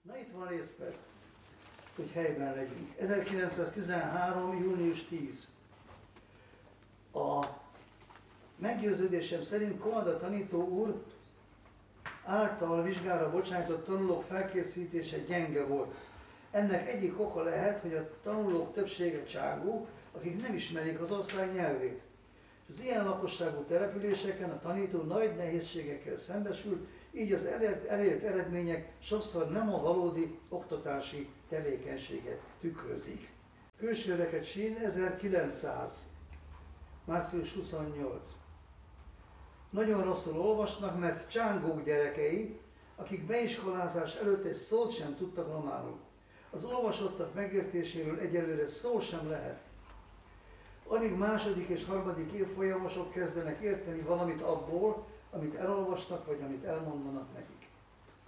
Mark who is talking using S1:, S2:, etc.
S1: Na itt van részlet, hogy helyben legyünk. 1913. június 10. A meggyőződésem szerint Komada tanító úr által vizsgára bocsájtott tanulók felkészítése gyenge volt. Ennek egyik oka lehet, hogy a tanulók többsége csángó, akik nem ismerik az ország nyelvét. És az ilyen lakosságú településeken a tanító nagy nehézségekkel szembesül, így az elért eredmények sokszor nem a valódi oktatási tevékenységet tükrözik. Kőső sín 1900. március 28. Nagyon rosszul olvasnak, mert csángók gyerekei, akik beiskolázás előtt egy szót sem tudtak románul. Az olvasottak megértéséről egyelőre szó sem lehet. Alig második és harmadik évfolyamosok kezdenek érteni valamit abból, amit elolvastak, vagy amit elmondanak nekik.